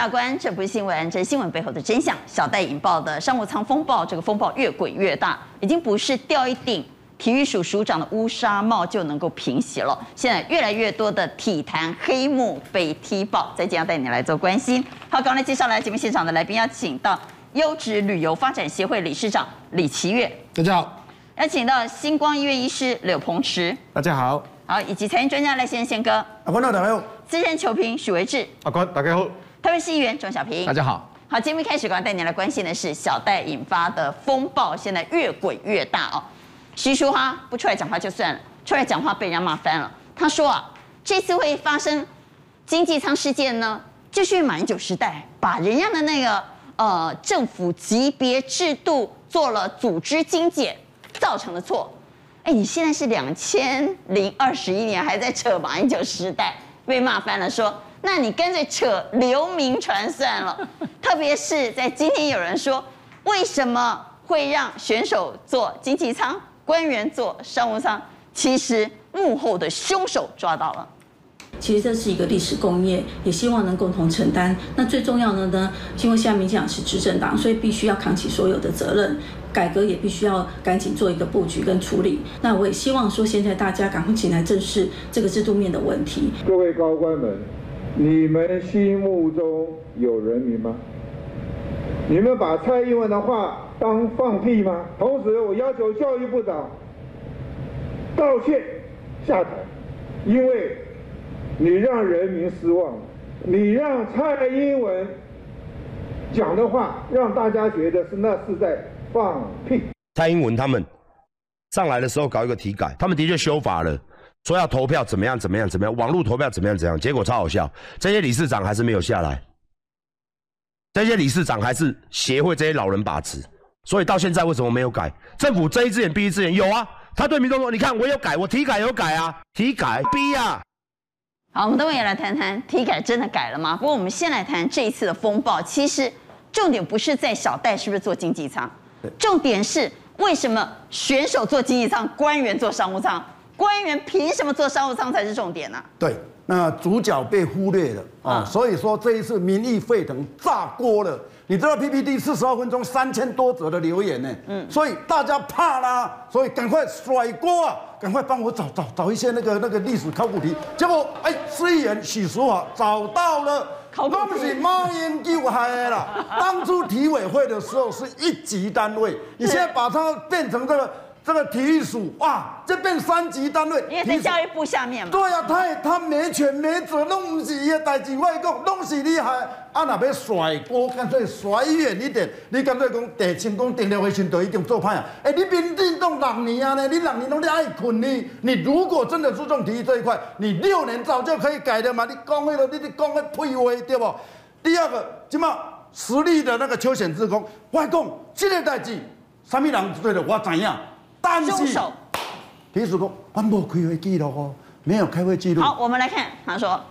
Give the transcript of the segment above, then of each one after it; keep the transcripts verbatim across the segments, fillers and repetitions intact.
关，这不是新闻，这是新闻背后的真相。小戴引爆的商务舱风暴，这个风暴越滚越大，已经不是掉一顶体育署署长的乌纱帽就能够平息了。现在越来越多的体坛黑幕被踢爆，在今天要带你来做关心。好，刚才介绍来节目现场的来宾，要请到优质旅游发展协会理事长李奇岳， 大家好； 要请到星光医院医师柳鹏池， 大家好； 好，以及财经专家赖先生宪哥， 阿官大家好； 资深球评许维志， 阿官大家好； 台北市议员钟小平， 大家好。 好，节目一开始，刚刚带你来关心的是小戴引发的风暴，现在越滚越大哦。徐淑哈不出来讲话就算了，出来讲话被人家骂翻了。他说啊，这次会发生经济舱事件呢，就是马英九时代把人家的那个呃政府级别制度做了组织精简造成的错。哎，你现在是两千零二十一年还在扯马英九时代，被骂翻了说。那你干脆扯刘铭传算了，特别是在今天有人说，为什么会让选手坐经济舱，官员坐商务舱？其实幕后的凶手抓到了。 其实这是一个历史共业，也希望能共同承担。那最重要的呢，因为现在民进党是执政党，所以必须要扛起所有的责任，改革也必须要赶紧做一个布局跟处理。那我也希望说，现在大家赶快起来正视这个制度面的问题。 各位高官们，你们心目中有人民吗？你们把蔡英文的话当放屁吗？同时，我要求教育部长道歉下台，因为你让人民失望，你让蔡英文讲的话让大家觉得是那是在放屁。 蔡英文他们上来的时候搞一个体改，他们的确修法了。说要投票怎么样怎么样怎么样，网络投票怎么样怎么样，结果超好笑，这些理事长还是没有下来，这些理事长还是协会这些老人把持，所以到现在为什么没有改？政府睁一只眼闭一只眼，有啊，他对民众说，你看我有改，我体改有改啊，体改逼啊。 好，我们等会也来谈谈体改真的改了吗？不过我们先来谈这一次的风暴，其实重点不是在小戴是不是坐经济舱，重点是为什么选手坐经济舱，官员坐商务舱？官员凭什么坐商务舱才是重点呢、啊？ 对，那主角被忽略了啊、哦，所以说这一次民意沸腾，炸锅了。你知道 P P T 四十二分钟三千多则的留言呢，嗯，所以大家怕啦，所以赶快甩锅啊，赶快帮我找找找一些那个那个历史考古题。结果哎，市议员许淑华找到了。都是马英九害的啦！当初体委会的时候是一级单位，你现在把它变成这个。这个体育署哇，这变三级单位， 因为在教育部下面嘛。 对啊，他也他没权没责，弄不是伊的代志。我讲，弄是厉害，啊，若要甩锅，干脆甩远一点。你干脆讲地成功电力卫星都已经做歹啊！哎、欸，你民进党六年啊呢，你六年拢在爱困你。你如果真的注重体育这一块，你六年早就可以改的嘛。你讲那个，你你讲那屁话对不？第二个，即嘛实力的那个邱显志讲，我讲这个代志，什么人做的我知影。但是，体育署说，我没开会记录哦，没有开会记录。 好，我们来看，他说，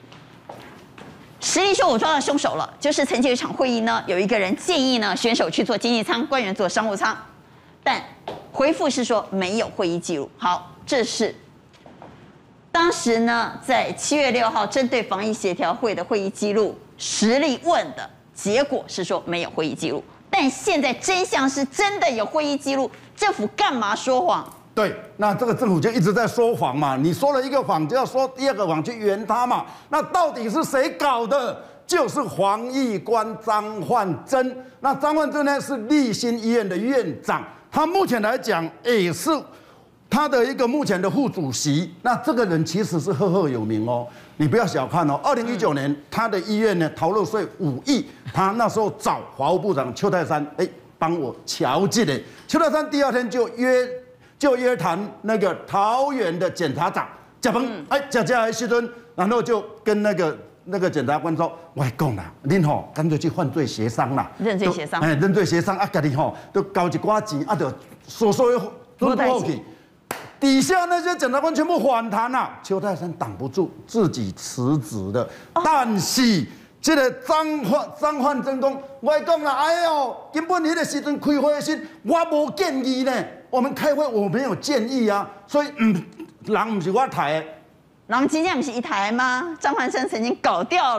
实力秀我抓到凶手了，就是曾经有一场会议呢，有一个人建议呢，选手去坐经济舱，官员坐商务舱，但回复是说没有会议记录。好，这是当时呢，在七月六号针对防疫协调会的会议记录，实力问的结果是说没有会议记录，但现在真相是真的有会议记录。政府干嘛说谎？ 对，那这个政府就一直在说谎嘛。你说了一个谎，就要说第二个谎去圆它嘛。那到底是谁搞的？就是防疫官张焕珍。那张焕珍呢是立新医院的院长，他目前来讲也是他的一个目前的副主席。那这个人其实是赫赫有名哦，你不要小看哦。二零一九年他的医院呢逃漏税五亿，他那时候找法务部长邱泰山，哎。帮我瞧记的，邱泰山第二天就约就约谈那个桃园的检察长贾鹏，哎，贾家来时阵，然后就跟那个那个检察官说，我讲啦，恁吼干脆去犯罪协商啦， 认罪协商， 哎，认罪协商啊，家己吼都交一寡钱啊，就所所有都过去。底下那些检察官全部反弹啦，邱泰山挡不住，自己辞职了，哦、但是。这个张焕张焕珍讲，我讲啦，哎呦，根本迄个时阵开会时，我无建议呢。我们开会我没有建议啊，所以嗯，人不是我抬的， 人真正不是一台吗？张焕生曾经搞掉了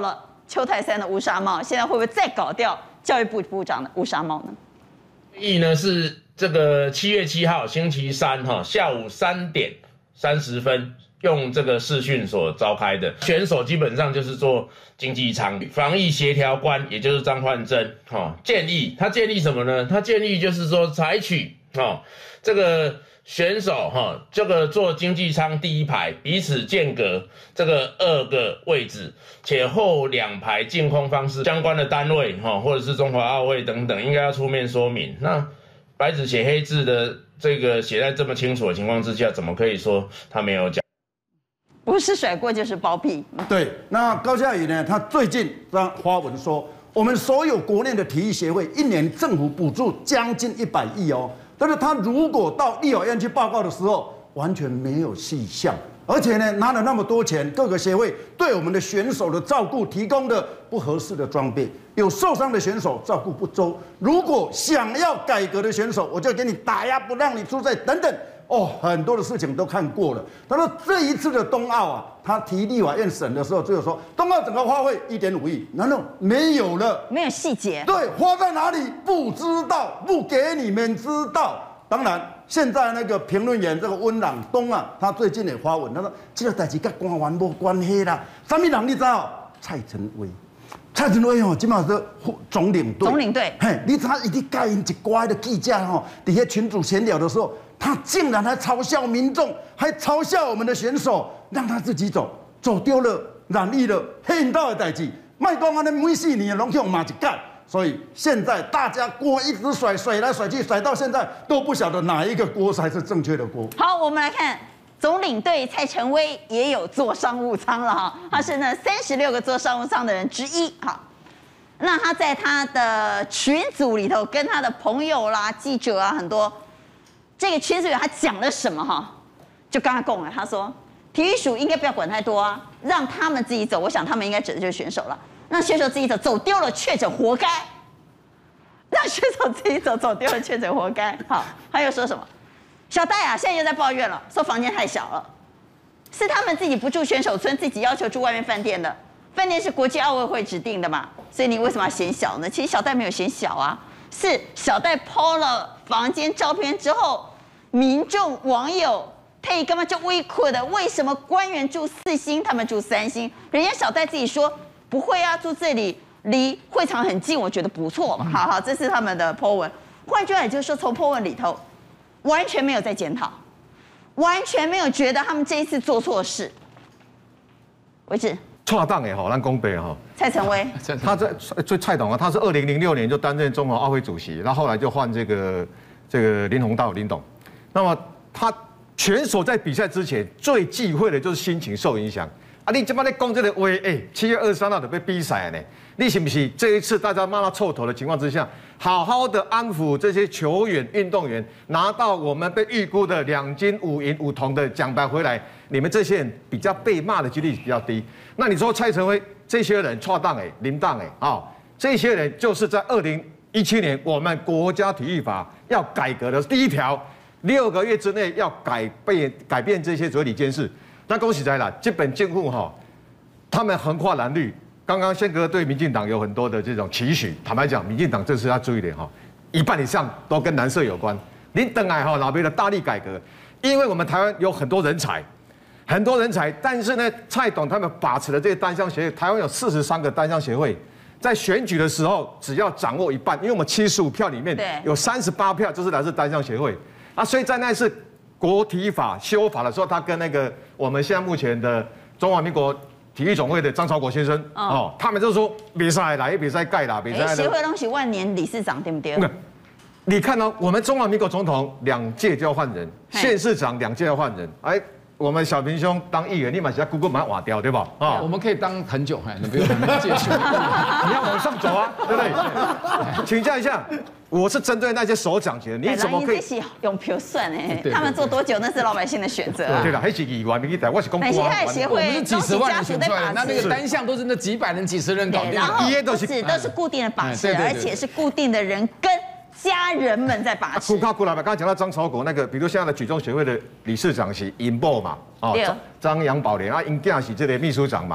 邱泰三的乌纱帽，现在会不会再搞掉教育部部长的乌纱帽呢？ 议呢是这个七月七号星期三哈下午三点三十分用这个视讯所召开的，选手基本上就是做经济舱防疫协调官，也就是张焕珍哈建议他建议什么呢？他建议就是说采取哈这个选手哈这个做经济舱第一排彼此间隔这个二个位置，且后两排净空方式，相关的单位哈或者是中华奥会等等应该要出面说明。那白纸写黑字的这个写在这么清楚的情况之下，怎么可以说他没有讲？ 不是甩锅就是包庇。 对，那高嘉瑜呢？他最近让发文说，我们所有国内的体育协会一年政府补助将近一百亿哦，但是他如果到立法院去报告的时候，完全没有细项，而且呢拿了那么多钱，各个协会对我们的选手的照顾提供的不合适的装备，有受伤的选手照顾不周，如果想要改革的选手，我就给你打压，不让你出赛等等。哦，很多的事情都看过了。他说这一次的冬奥啊，他提立法院审的时候，只有说冬奥整个花费一点五亿，难道没有了？ 没有细节。 对，花在哪里不知道，不给你们知道。当然，现在那个评论员这个温朗东啊，他最近也发文，他说这个代志跟官员没关系啦。什么人你知道？蔡成威。蔡成威哦，今嘛是总领队。 总领队。 嘿，你他一直教因一乖的记者吼，底下群组闲聊的时候。他竟然还嘲笑民众，还嘲笑我们的选手，让他自己走，走丢了，染疫了，黑道的代志，卖讲安尼每四年拢用马一干，所以现在大家锅一直甩，甩来甩去，甩到现在都不晓得哪一个锅才是正确的锅。 好，我们来看总领队蔡成威也有坐商务舱了哈，他是呢三十六个坐商务舱的人之一哈。那他在他的群组里头，跟他的朋友啦、记者啊很多。这个群组员他讲了什么哈？就刚刚讲了，他说体育署应该不要管太多啊，让他们自己走。我想他们应该指的就是选手了，让选手自己走，走丢了确诊活该。让选手自己走，走丢了确诊活该。好，还有说什么？小戴啊，现在又在抱怨了，说房间太小了，是他们自己不住选手村，自己要求住外面饭店的。饭店是国际奥委会指定的嘛，所以你为什么要嫌小呢？其实小戴没有嫌小啊，是小戴po了房间照片之后。民众网友他干嘛就微苦的？为什么官员住四星，他们住三星？人家小戴自己说不会啊，住这里离会场很近，我觉得不错嘛。好好，这是他们的 po 文。换句话也就是说，从 po 文里头完全没有在检讨，完全没有觉得他们这一次做错事。为止。 错档的哈，咱讲白哈。 蔡成威， 他在最蔡董啊，他是二零零六年就担任中华奥会主席，然后后来就换这个这个林鸿道林董。那么他选手在比赛之前最忌讳的就是心情受影响啊！你今摆在讲这个话，哎，七月二十三号就要比赛呢，你是不是这一次大家骂他臭头的情况之下，好好的安抚这些球员、运动员，拿到我们被预估的两金五银五铜的奖牌回来，你们这些人比较被骂的几率比较低。那你说蔡成威这些人错档哎、零档哎啊，这些人就是在二零一七年我们国家体育法要改革的第一条。六个月之内要改变改变这些所谓理监事，那恭喜在了，这本政府哈，他们横跨蓝绿。刚刚宪哥对民进党有很多的这种期许，坦白讲，民进党这次要注意点哈，一半以上都跟蓝色有关。您等来哈，老辈的大力改革，因为我们台湾有很多人才，很多人才，但是呢，蔡董他们把持的这些单项协会，台湾有四十三个单项协会。在选举的时候，只要掌握一半，因为我们七十五票里面有三十八票就是来自单项协会。啊，所以在那次国体法修法的时候，他跟那个我们现在目前的中华民国体育总会的张朝国先生，哦，哦他们就说比赛来，比赛盖啦，比赛。 协会东西万年理事长对不对？ 你看到我们中华民国总统两届就要换人，县市长两届要换人，哎。我们小平兄当议员，立马在 Google 马上瓦掉，对吧？ 啊，我们可以当很久，哎，你不用介绍， 你要往上走啊，对不对？请教一下，我是针对那些首长级的，你怎么可以？ 用票算哎，他们做多久那是老百姓的选择。 对了，还是议员民代，我是公。 哪些害协会？ 我们是几十万人选出来的，那那个单项都是那几百人、几十人搞定。 然后不止都是固定的把持，而且是固定的人跟。家人们在把持。 库卡库来吧，刚才讲到张朝国那个，比如现在的举重协会的理事长是尹波嘛，哦，张杨宝莲啊，尹家是这个秘书长嘛，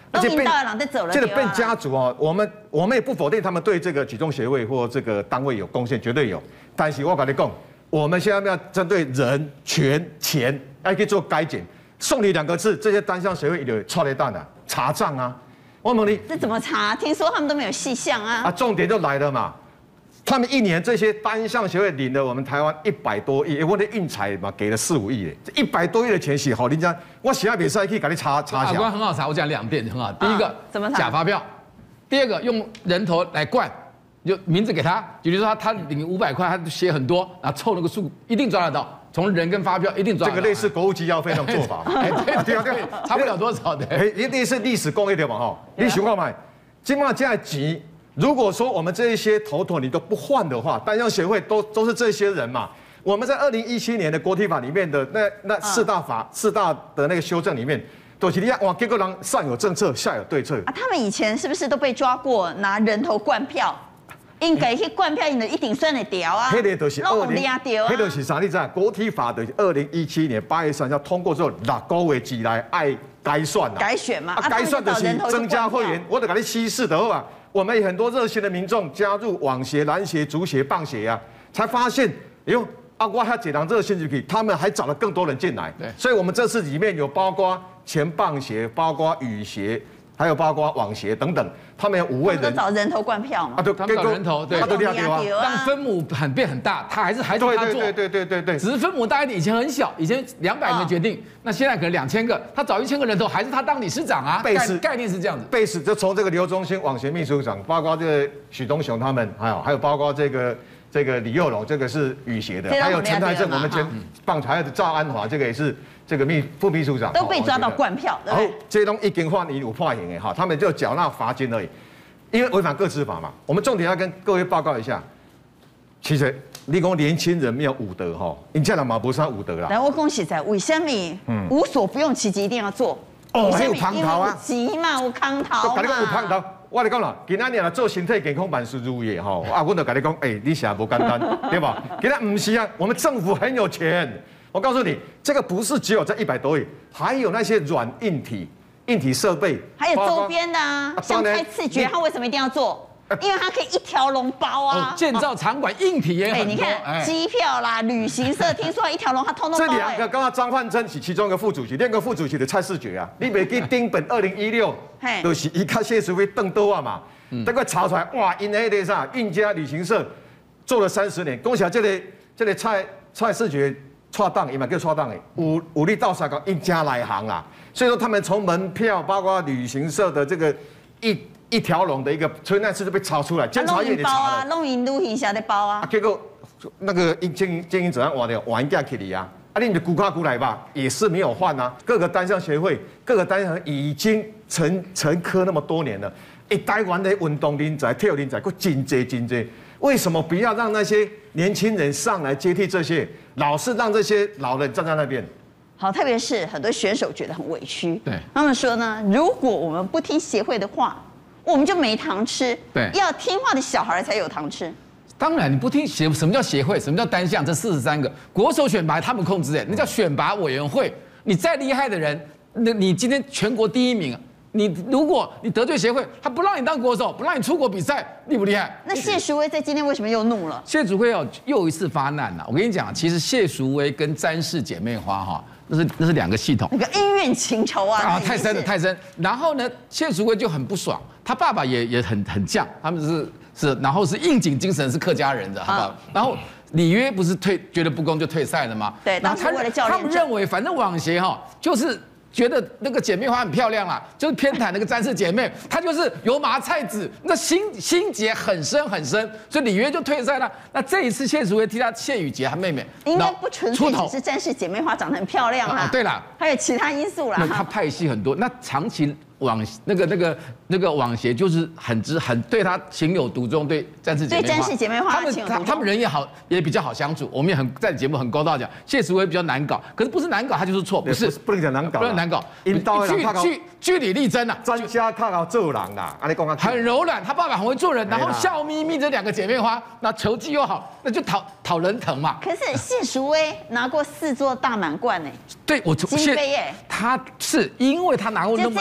都引导人在走了， 这个变家族哦，我们我们也不否定他们对这个举重协会或这个单位有贡献，绝对有。但是我跟你讲，我们现在要针对人、权、钱，要去做改检。送礼两个字，这些单项协会有错了蛋啊，查账啊。我问你， 这怎么查？听说他们都没有细项啊。 啊，重点就来了嘛。他们一年这些单项协会领了我们台湾一百多亿，我的运财嘛给了四五亿嘞，这一百多亿的钱是好人家，我现在比赛可以给你查查一下。 法官很好查，我讲两遍很好。第一个怎么查？ 假发票，第二个用人头来灌，就名字给他，比如说他他领五百块，他写很多，然后凑那个数，一定抓得到。从人跟发票一定抓得到。 这个类似国务机要费那种做法， 哎，对对对，差不了多少的。 哎，一定是历史工业的嘛哈。你想看嘛，今嘛这样急。如果说我们这一些头头你都不换的话，单项协会都都是这些人嘛。我们在二零一七年的国体法里面的那那四大法、嗯、四大的那个修正里面，都是你哇，结果人上有政策，下有对策啊。他们以前是不是都被抓过拿人头灌票？应该去灌票，因的一定算得掉啊。 那个就是二零， 那个就是啥？你知道？国体法的二零一七年八月三号通过之后，六个月以来爱改算啊。 改选嘛， 啊，改算的是增加会员，我得给你稀释的话。我们有很多热心的民众加入网协、篮协、足协、棒协啊，才发现，哎呦，啊，我还解放这个兴趣去，他们还找了更多人进来。对，所以我们这次里面有包括前棒协、包括羽协，还有包括网协等等，他们有五位人。 都找人头灌票嘛。 啊，对， 他们找人头，对， 他都掉掉啊， 让分母很变很大，他还是还是他做。 对对对对对。 只是分母大一点，以前很小，以前两百人决定，那现在可能两千个，他找一千个人头，还是他当理事长啊。概概念是这样子。 贝斯就从这个刘忠兴网协秘书长，包括这个许东雄他们，还有还有包括这个这个李佑龙，这个是羽协的，还有陈台正，我们前棒还有赵安华，这个也是这个秘副秘书长， 都被抓到灌票，对不对？ 这东一经换你有判刑的哈，他们就缴纳罚金而已，因为违反个资法嘛。我们重点要跟各位报告一下，其实你讲年轻人没有武德哈，你这样嘛不算武德啦。 来，我恭喜在为什么无所不用其极一定要做？ 哦，还有蟠桃啊， 急嘛，有蟠桃嘛。 跟你讲有蟠桃，我跟你讲啦，今仔日来做身体健康万事如意吼，啊，我就跟你讲，哎，你想不简单，对吧？今天不是啊，我们政府很有钱。我告诉你，这个不是只有这一百多亿，还有那些软硬体、硬体设备， 还有周边的啊，像开刺诀，它为什么一定要做？因为它可以一条龙包啊。 建造场馆硬体也很多。 你看机票啦、旅行社，听说一条龙它通通包。 这两个，刚刚张焕珍是其中一个副主席，另一个副主席的蔡世觉啊，你别记丁本二零一六，就是一看谢淑薇邓多啊嘛，这个查出来哇，因那个啥运家旅行社做了三十年，恭喜啊，这个这个蔡蔡世觉。错档，伊嘛叫错档诶，有有力到三个一家来行啦，所以说他们从门票，包括旅行社的这个一一条龙的一个，所以那次就被查出来，监察院也查了， 弄银旅行社的包啊， 结果那个经经营者按换掉，换价起嚟啊，啊，你们顾客过来吧，也是没有换啊，各个单项协会，各个单项已经成成科那么多年了，一台湾的运动人才、体育人才，佫真济真济。为什么不要让那些年轻人上来接替这些，老是让这些老人站在那边？ 好，特别是很多选手觉得很委屈， 对他们说呢，如果我们不听协会的话，我们就没糖吃。 对， 要听话的小孩才有糖吃。 当然，你不听协，什么叫协会？什么叫单项？这四十三个国手选拔他们控制的，那叫选拔委员会。你再厉害的人，那你今天全国第一名。你如果你得罪协会，他不让你当国手，不让你出国比赛，厉不厉害？ 那谢淑薇在今天为什么又怒了？ 谢淑薇哦，又一次发难了。我跟你讲，其实谢淑薇跟詹氏姐妹花哈，那是那是两个系统， 那个恩怨情仇啊， 啊，太深了太深。然后呢，谢淑薇就很不爽，他爸爸也也很很犟，他们是是，然后是应景精神是客家人的，好不好？然后里约不是退觉得不公就退赛了吗？ 对，当时为了教练， 他们认为反正网协哈就是。觉得那个姐妹花很漂亮啦，就是偏袒那个詹氏姐妹，她就是油麻菜籽，那心心结很深很深，所以里约就退赛了。那这一次谢淑薇替她谢宇杰她妹妹， 应该不纯粹只是詹氏姐妹花长得很漂亮啦， 对啦， 还有其他因素啦。 那她派系很多，那长期网那个那个那个网协就是很知很对她情有独钟，对詹氏姐妹花， 对詹氏姐妹花他们他他们人也好，也比较好相处。我们也很在节目很公道讲，谢淑薇比较难搞，可是不是难搞，她就是错，不是不能讲难搞， 不能难搞，据据据理力争啊， 专家看好做人啦，啊你讲啊， 很柔软，他爸爸很会做人，然后笑眯眯这两个姐妹花，那球技又好，那就讨讨人疼嘛。 可是谢淑薇拿过四座大满贯呢， 对我金杯耶， 他是因为他拿过那么这一次冬奥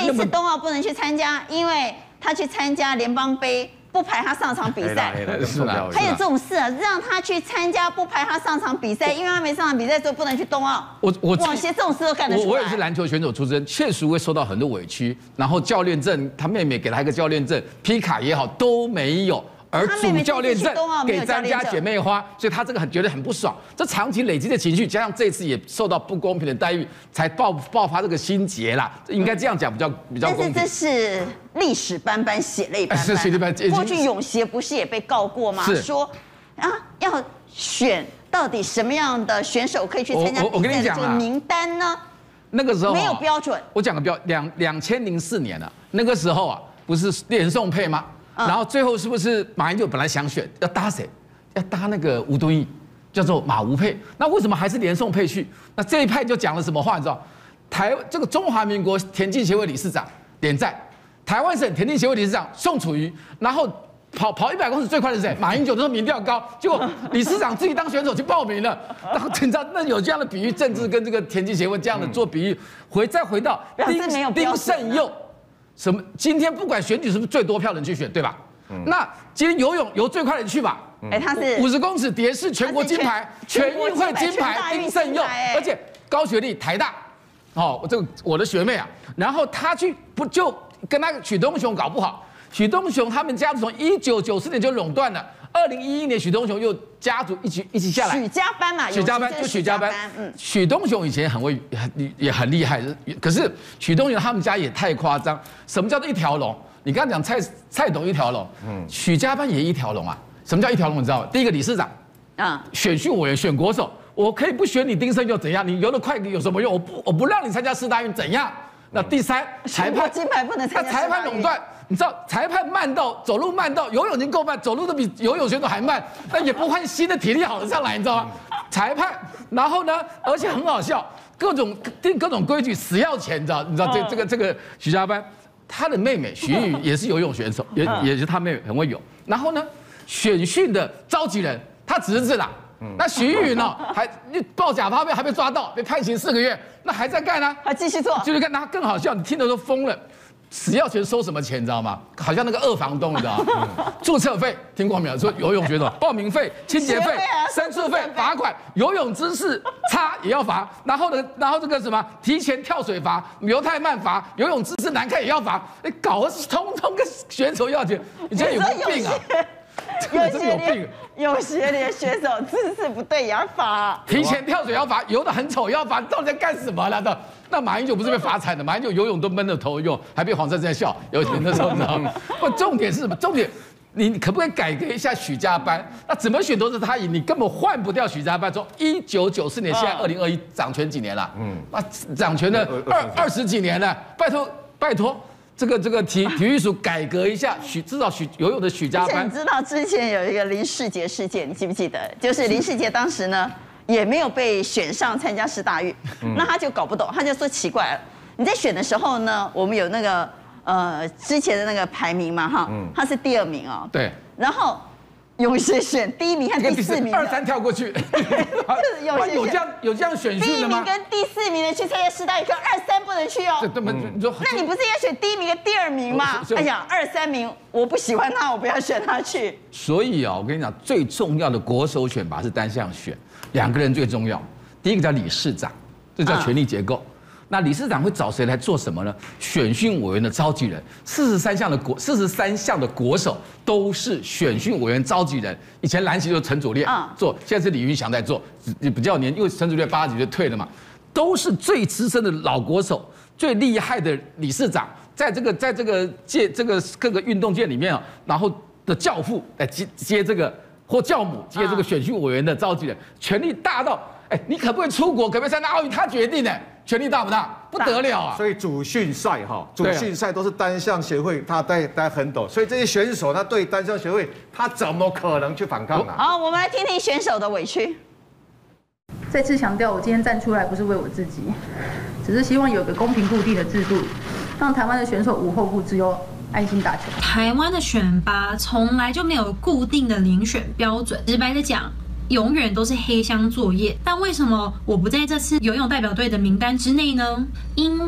奥不能去参加，因为他去参加联邦杯。不排他上场比赛， 是的， 还有这种事啊，让他去参加不排他上场比赛，因为他没上场比赛，所以不能去冬奥。 我我哇，些这种事都干得出来。 我我也是篮球选手出身，确实会受到很多委屈，然后教练证，他妹妹给他一个教练证，皮卡也好都没有。而主教练证给咱家姐妹花，所以他这个很觉得很不爽。这长期累积的情绪，加上这次也受到不公平的待遇，才爆爆发这个心结啦。应该这样讲比较比较公平。 但是这是历史斑斑、血泪斑斑。 是血泪斑斑。 过去泳协不是也被告过吗？说啊，要选到底什么样的选手可以去参加比赛的这个名单呢？ 那个时候没有标准。 我讲个标两两千零四年了，那个时候啊，不是连宋配吗？然后最后是不是马英九本来想选要搭谁？要搭那个吴敦义，叫做马吴配。那为什么还是连宋配去？那这一派就讲了什么话？你知道？台这个中华民国田径协会理事长连战，台湾省田径协会理事长宋楚瑜，然后跑跑一百公尺最快的是谁？马英九那时候民调高，结果理事长自己当选手去报名了。然后你知道那有这样的比喻，政治跟这个田径协会这样的做比喻，回再回到丁丁胜佑。什么？今天不管选举是不是最多票人去选，对吧？嗯、那今天游泳游最快的去吧。 哎、嗯，他是五十公尺蝶式全国金牌，全运会金牌，丁胜佑，而且高学历，台大，哦，这个我的学妹啊。然后他去不就跟那个许东雄搞不好？许东雄他们家族从一九九四年就垄断了。二零一一年，许东雄又家族一起一起下来。 许家班嘛， 许家班就许家班。嗯，许东雄以前很会，也也很厉害。可是许东雄他们家也太夸张。什么叫做一条龙？你刚刚讲蔡蔡董一条龙，嗯，许家班也一条龙啊。什么叫一条龙？你知道吗？第一个理事长，啊，选训委员选国手，我可以不选你丁胜佑怎样？你游得快有什么用？我不我不让你参加世大运怎样？那第三，裁判金牌不能参加。 裁判垄断。你知道裁判慢到走路慢到游泳已经够慢，走路都比游泳选手还慢，那也不换新的体力好的上来，你知道吗？裁判，然后呢，而且很好笑，各种定各种规矩，死要钱，你知道？你知道这这个这个许家班，他的妹妹许玉也是游泳选手，也也是他妹妹很会游。然后呢，选训的召集人他侄子啦，那许玉呢还报假发票还被抓到，被判刑四个月，那还在干呢， 还继续做， 继续干，那更好笑，你听得都疯了。死要钱收什么钱，你知道吗？好像那个二房东，你知道吗？注册费听过没有？说游泳选手报名费、清洁费、申诉费、罚款，游泳姿势差也要罚。然后呢，然后这个什么提前跳水罚，游太慢罚，游泳姿势难看也要罚。哎，搞得通通跟选手要钱，你现在有没有病啊？ 有些有病，有些连选手姿势不对也要罚， 提前跳水要罚，游得很丑也要罚，到底在干什么了？都那马英九不是被罚惨的，马英九游泳都闷着头游，还被黄珊珊笑。有钱的时候，你知道吗？不，重点是什么？重点，你可不可以改革一下许家班？那怎么选都是他赢，你根本换不掉许家班。从一九九四年，现在二零二一，掌权几年了？嗯，那掌权了二二十几年了，拜托拜托。这个这个体体育署改革一下，许至少许游泳的许家班。 你知道之前有一个林世杰事件，你记不记得？就是林世杰当时呢也没有被选上参加世大运，嗯、那他就搞不懂，他就说奇怪了，你在选的时候呢，我们有那个呃之前的那个排名嘛哈，嗯、他是第二名哦， 对， 然后泳协选第一名和第四名， 二三跳过去， 就是泳协有这样有这样选训的吗？ 第一名跟第四名的去参加世大运，可二三不能去哦。 这么你说， 那你不是要选第一名跟第二名吗？哎呀，二三名我不喜欢他，我不要选他去。 所以啊，我跟你讲，最重要的国手选拔是单项选，两个人最重要。第一个叫理事长，这叫权力结构。那理事长会找谁来做什么呢？选训委员的召集人，四十三项的国四十三项的国手都是选训委员召集人。以前篮球就是陈祖烈做，现在是李云祥在做，比较年，因为陈祖烈八十几岁退了嘛，都是最资深的老国手，最厉害的理事长，在这个在这个界这个各个运动界里面啊，然后的教父来接接这个或教母接这个选训委员的召集人，权力大到。哎，你可不可以出国？可不可以参加奥运？他决定呢，权力大不大？不得了啊！ 所以主训赛哈，主训赛都是单项协会他带带很陡，所以这些选手他对单项协会他怎么可能去反抗呢？ 好，我们来听听选手的委屈。 再次强调，我今天站出来不是为我自己，只是希望有个公平固定的制度，让台湾的选手无后顾之忧，安心打球。 台湾的选拔从来就没有固定的遴选标准，直白的讲。永远都是黑箱作业，但为什么我不在这次游泳代表队的名单之内呢？因为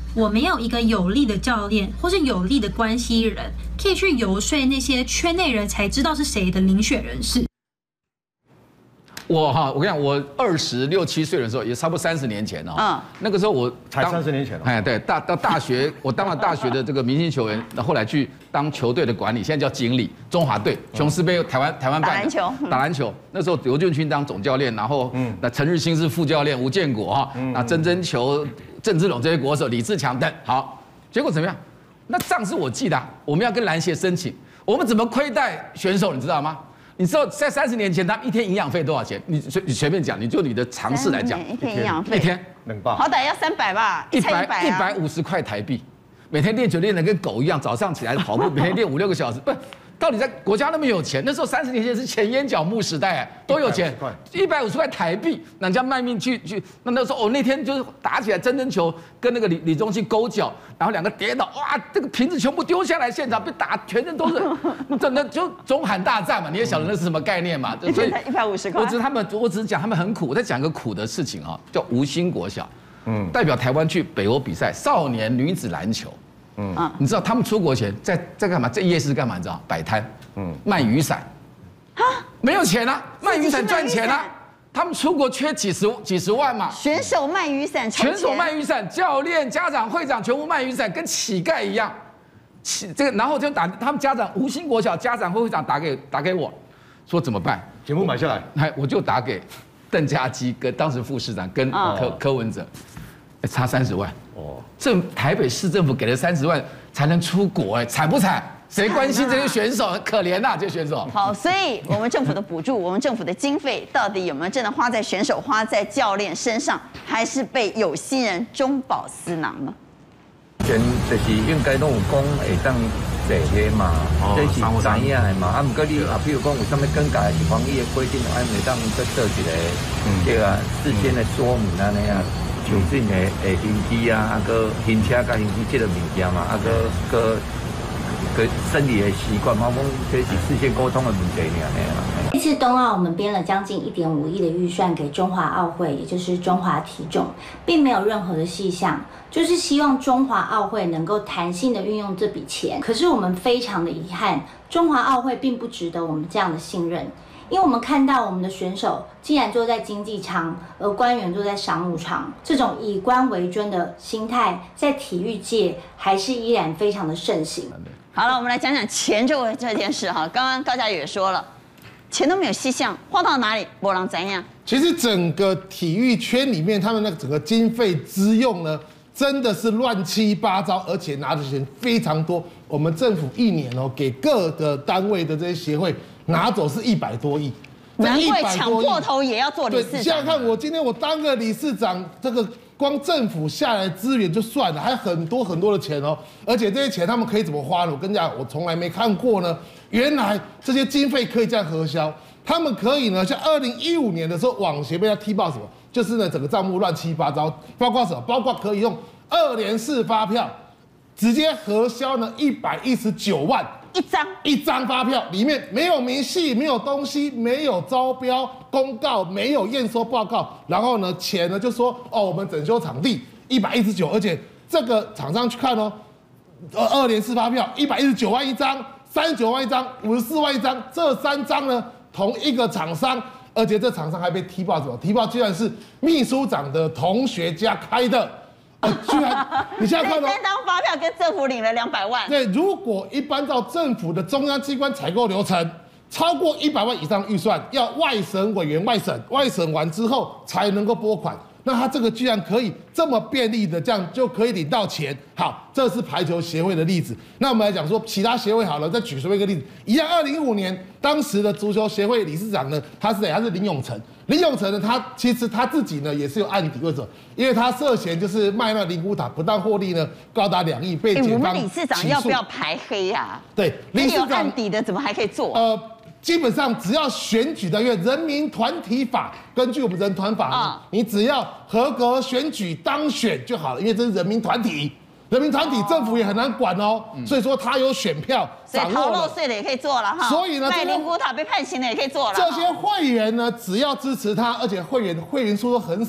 我没有一个有力的教练或是有力的关系人，可以去游说那些圈内人才知道是谁的遴选人士。 我哈，我跟你讲，我二十六七岁的时候，也差不多三十年前哦。嗯。那个时候我才三十年前了。 哎，对，大到大学，我当了大学的这个明星球员，后来去当球队的管理，现在叫经理。中华队琼斯杯台湾台湾办打篮球， 打篮球。那时候刘俊勋当总教练，然后那陈日兴是副教练，吴建国哈，那曾曾球、郑志龙这些国手，李志强等。好，结果怎么样？那账是我记的，我们要跟篮协申请，我们怎么亏待选手，你知道吗？你知道在三十年前，他们一天营养费多少钱？你随你随便讲，你就你的常识来讲， 一天营养费一天冷爆， 好歹要三百吧， 一百一百五十块台币，每天练球练得跟狗一样，早上起来跑步，每天练五六个小时，不。到底在国家那么有钱？那时候三十年前是钱淹脚木时代，都有钱，一百五十块台币，人家卖命去去。那那时候，哦，那天就是打起来，真真球跟那个李李宗熙勾脚，然后两个跌倒，哇，这个瓶子全部丢下来，现场被打，全身都是，真的就中韩大战嘛，你也晓得那是什么概念嘛？ 所以一百五十块。 我只是他们，我只是讲他们很苦，我在讲一个苦的事情啊，叫吴兴国小，嗯，代表台湾去北欧比赛少年女子篮球。嗯，你知道他们出国前在在干嘛？在夜市干嘛？你知道？摆摊，嗯，卖雨伞，啊，没有钱啊，卖雨伞赚钱啊。他们出国缺几十几十万嘛。 选手卖雨伞， 选手卖雨伞，教练、家长、会长全部卖雨伞，跟乞丐一样。乞这个，然后就打他们家长，吴兴国小家长会会长打给打给我，说怎么办？ 节目买下来， 哎，我就打给邓家基跟当时副市长跟柯柯文哲。差三十万哦，这台北市政府给了三十万才能出国，哎，惨不惨？谁关心这些选手？可怜呐，这些选手。 好，所以我们政府的补助，我们政府的经费，到底有没有真的花在选手、花在教练身上，还是被有心人中饱私囊呢？ 全就是应该拢有讲会当坐迄嘛，这是知影的嘛。啊，毋过你啊，譬如讲有啥物更改防疫的规定，按会当再做一个这个事先的说明安尼啊。就这个诶，行机啊，啊个行车甲行机这个物件嘛，啊个个个生理的习惯，嘛，讲这是事先沟通的问题尔呢。 这次冬奥我们编了将近一点五亿的预算给中华奥会，也就是中华体重，并没有任何的细项，就是希望中华奥会能够弹性的运用这笔钱。可是我们非常的遗憾，中华奥会并不值得我们这样的信任。因为我们看到我们的选手竟然坐在经济舱，而官员坐在商务舱，这种以官为尊的心态，在体育界还是依然非常的盛行。 好了，我们来讲讲钱这这件事哈。刚刚高嘉瑜也说了，钱都没有细项，花到哪里，没人怎样。 其实整个体育圈里面，他们那个整个经费支用呢，真的是乱七八糟，而且拿的钱非常多。我们政府一年哦，给各个单位的这些协会。拿走是一百多亿， 难怪抢破头也要做理事长。 对，你想想看，我今天我当个理事长，这个光政府下来资源就算了，还有很多很多的钱哦。而且这些钱他们可以怎么花呢？我跟你讲，我从来没看过呢。原来这些经费可以这样核销，他们可以呢，像二零一五年的时候，网协被他踢爆什么？就是呢，整个账目乱七八糟，包括什么？包括可以用二联式发票直接核销呢一百一十九万。 一张一张发票里面没有明细，没有东西，没有招标公告，没有验收报告，然后呢，钱呢就说哦，我们整修场地一百一十九，而且这个厂商去看哦，二二联式发票一百一十九万一张，三十九万一张，五十四万一张，这三张呢同一个厂商，而且这厂商还被踢爆什么？踢爆居然是秘书长的同学家开的。呃，居然，你现在看到三张发票跟政府领了两百万。 对，如果一般照政府的中央机关采购流程，超过一百万以上预算，要外审委员外审，外审完之后才能够拨款。那他这个居然可以这么便利的，这样就可以领到钱。好，这是排球协会的例子。那我们来讲说其他协会好了，再举出一个例子，一样，二零一五年当时的足球协会理事长呢，他是谁？他是林永成。林永成呢，他其实他自己呢也是有案底，为什么？因为他涉嫌就是卖那灵骨塔不当获利呢，高达两亿，被检方起诉。 我们理事长要不要排黑呀、啊？ 对， 理事长有案底的怎么还可以做、啊？呃。 基本上只要选举的，因为人民团体法根据我们人团法，啊、你只要合格选举当选就好了，因为这是人民团体，人民团体政府也很难管哦，嗯、所以说他有选票掌握了， 所以逃漏税的也可以做了哈， 所以呢， 卖灵骨塔被判刑的也可以做了。 这些会员呢，只要支持他，而且会员会员数都很少。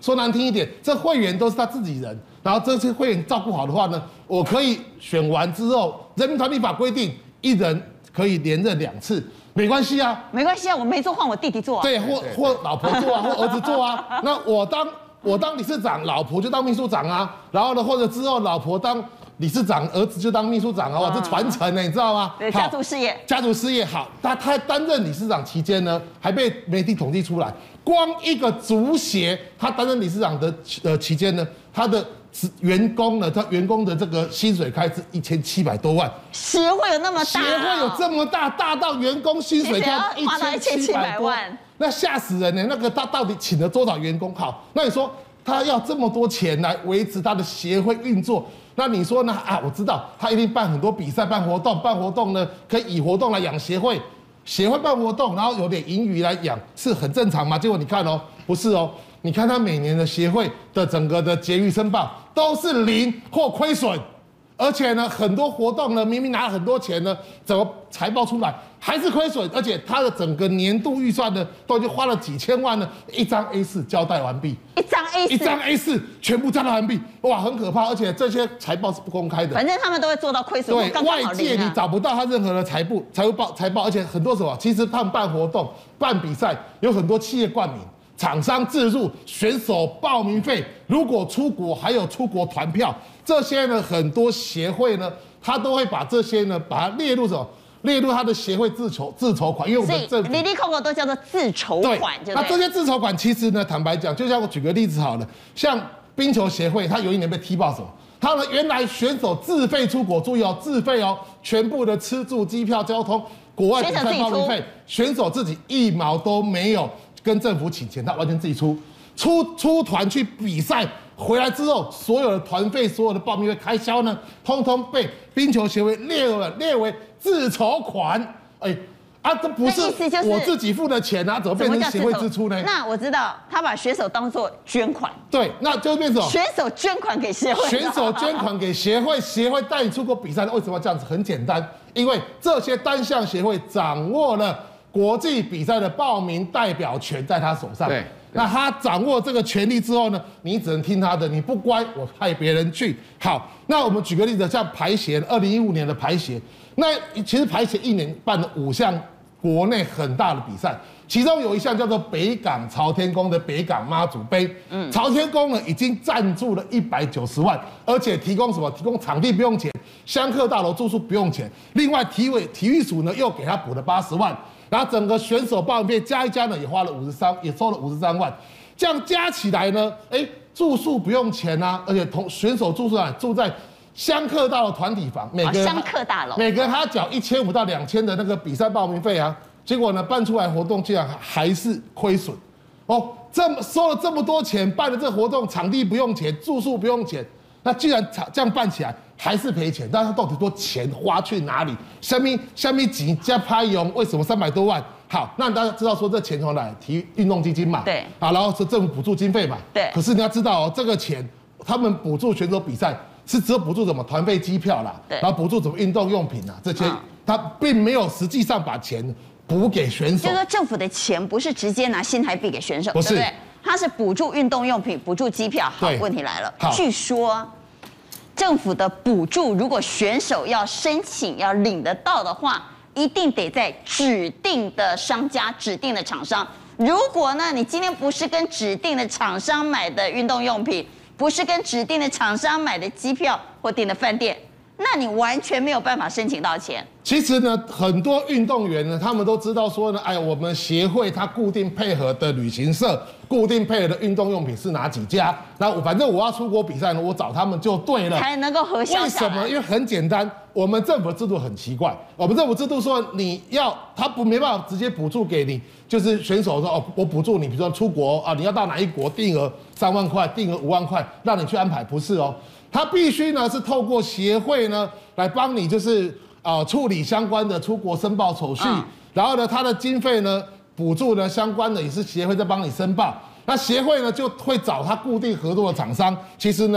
说难听一点，这会员都是他自己人，然后这些会员照顾好的话呢，我可以选完之后，人民团体法规定一人可以连任两次，没关系啊， 没关系啊，我没做换我弟弟做啊， 对，或或老婆做啊，或儿子做啊，那我当我当理事长，老婆就当秘书长啊，然后呢，或者之后老婆当理事长，儿子就当秘书长啊，哇，这传承呢，你知道吗？ 对，家族事业， 家族事业好。他他担任理事长期间呢，还被媒体统计出来，光一个足协，他担任理事长的呃期间呢，他的员工呢，他员工的这个薪水开支一千七百多万。 协会有那么大、哦？ 协会有这么大，大到员工薪水开一千七百万，那吓死人呢！那个他到底请了多少员工？好，那你说他要这么多钱来维持他的协会运作？那你说呢？啊，我知道他一定办很多比赛、办活动，办活动呢可以以活动来养协会，协会办活动，然后有点盈余来养，是很正常嘛？结果你看哦，不是哦，你看他每年的协会的整个的结余申报都是零或亏损，而且呢，很多活动呢明明拿了很多钱呢，怎么财报出来还是亏损？而且他的整个年度预算呢都已经花了几千万呢，一张 A 四 交代完毕， 一张 A 四， 一张 A 四 全部交代完毕，哇，很可怕！而且这些财报是不公开的， 反正他们都会做到亏损。 对， 刚刚外界你找不到他任何的财报、财务报、财报，而且很多什么，其实他们办活动、办比赛，有很多企业冠名。厂商置入、选手报名费，如果出国还有出国团票，这些呢很多协会呢，他都会把这些呢把它列入什么？列入他的协会自筹自筹款，因为我们政府里里扣扣都叫做自筹款，对。 那这些自筹款其实呢，坦白讲，就像我举个例子好了，像冰球协会，他有一年被踢爆什么？他呢原来选手自费出国，注意哦，自费哦，全部的吃住、机票、交通、国外比赛报名费，选手自己一毛都没有。跟政府请钱，他完全自己出，出出团去比赛，回来之后，所有的团费、所有的报名费开销呢，通通被冰球协会列为列为自筹款。哎，啊，这不是我自己付的钱啊，怎么变成协会支出呢？ 那我知道，他把选手当作捐款， 对，那就变成选手捐款给协会， 选手捐款给协会，协会带你出国比赛，为什么要这样子？很简单，因为这些单项协会掌握了。国际比赛的报名代表权在他手上， 对， 那他掌握这个权利之后呢，你只能听他的，你不乖，我派别人去。好，那我们举个例子，像排协，二零一五年的排协，那其实排协一年办了五项国内很大的比赛，其中有一项叫做北港朝天宫的北港妈祖杯，嗯，朝天宫呢已经赞助了一百九十万，而且提供什么？提供场地不用钱，香客大楼住宿不用钱，另外体委体育署呢又给他补了八十万。然后整个选手报名费加一加呢，也花了五十三，也收了五十三万，这样加起来呢，哎，住宿不用钱啊，而且同选手住宿啊，住在香客大楼团体房，每个人、 香客大楼， 每个人还要缴一千五到两千的那个比赛报名费啊，结果呢，办出来活动竟然还是亏损，哦，这么收了这么多钱办的这个活动，场地不用钱，住宿不用钱，那既然这样办起来。还是赔钱，但是他到底多钱花去哪里？下面下面几家拍用，为什么三百多万？好，那大家知道说这钱从哪来？体育运动基金嘛， 对， 好，然后是政府补助经费嘛， 对。 可是你要知道哦，这个钱他们补助选手比赛是只有补助什么团费、机票啦， 对， 然后补助什么运动用品啊这些，嗯、他并没有实际上把钱补给选手。 就是说政府的钱不是直接拿新台币给选手， 不是， 对不对？他是补助运动用品、补助机票。好，问题来了，据说。政府的补助，如果选手要申请要领得到的话，一定得在指定的商家、指定的厂商。如果呢，你今天不是跟指定的厂商买的运动用品，不是跟指定的厂商买的机票或订的饭店，那你完全没有办法申请到钱。 其实呢，很多运动员呢，他们都知道说呢，哎，我们协会它固定配合的旅行社、固定配合的运动用品是哪几家？那反正我要出国比赛呢，我找他们就对了， 才能够核销。 为什么？因为很简单，我们政府的制度很奇怪。我们政府制度说，你要他不没办法直接补助给你，就是选手说哦，我补助你，比如说出国啊，你要到哪一国，定额三万块，定额五万块，让你去安排，不是哦。他必须呢是透过协会呢来帮你，就是啊、呃、处理相关的出国申报手续，嗯、然后呢他的经费呢补助呢相关的也是协会在帮你申报。那协会呢就会找他固定合作的厂商，其实呢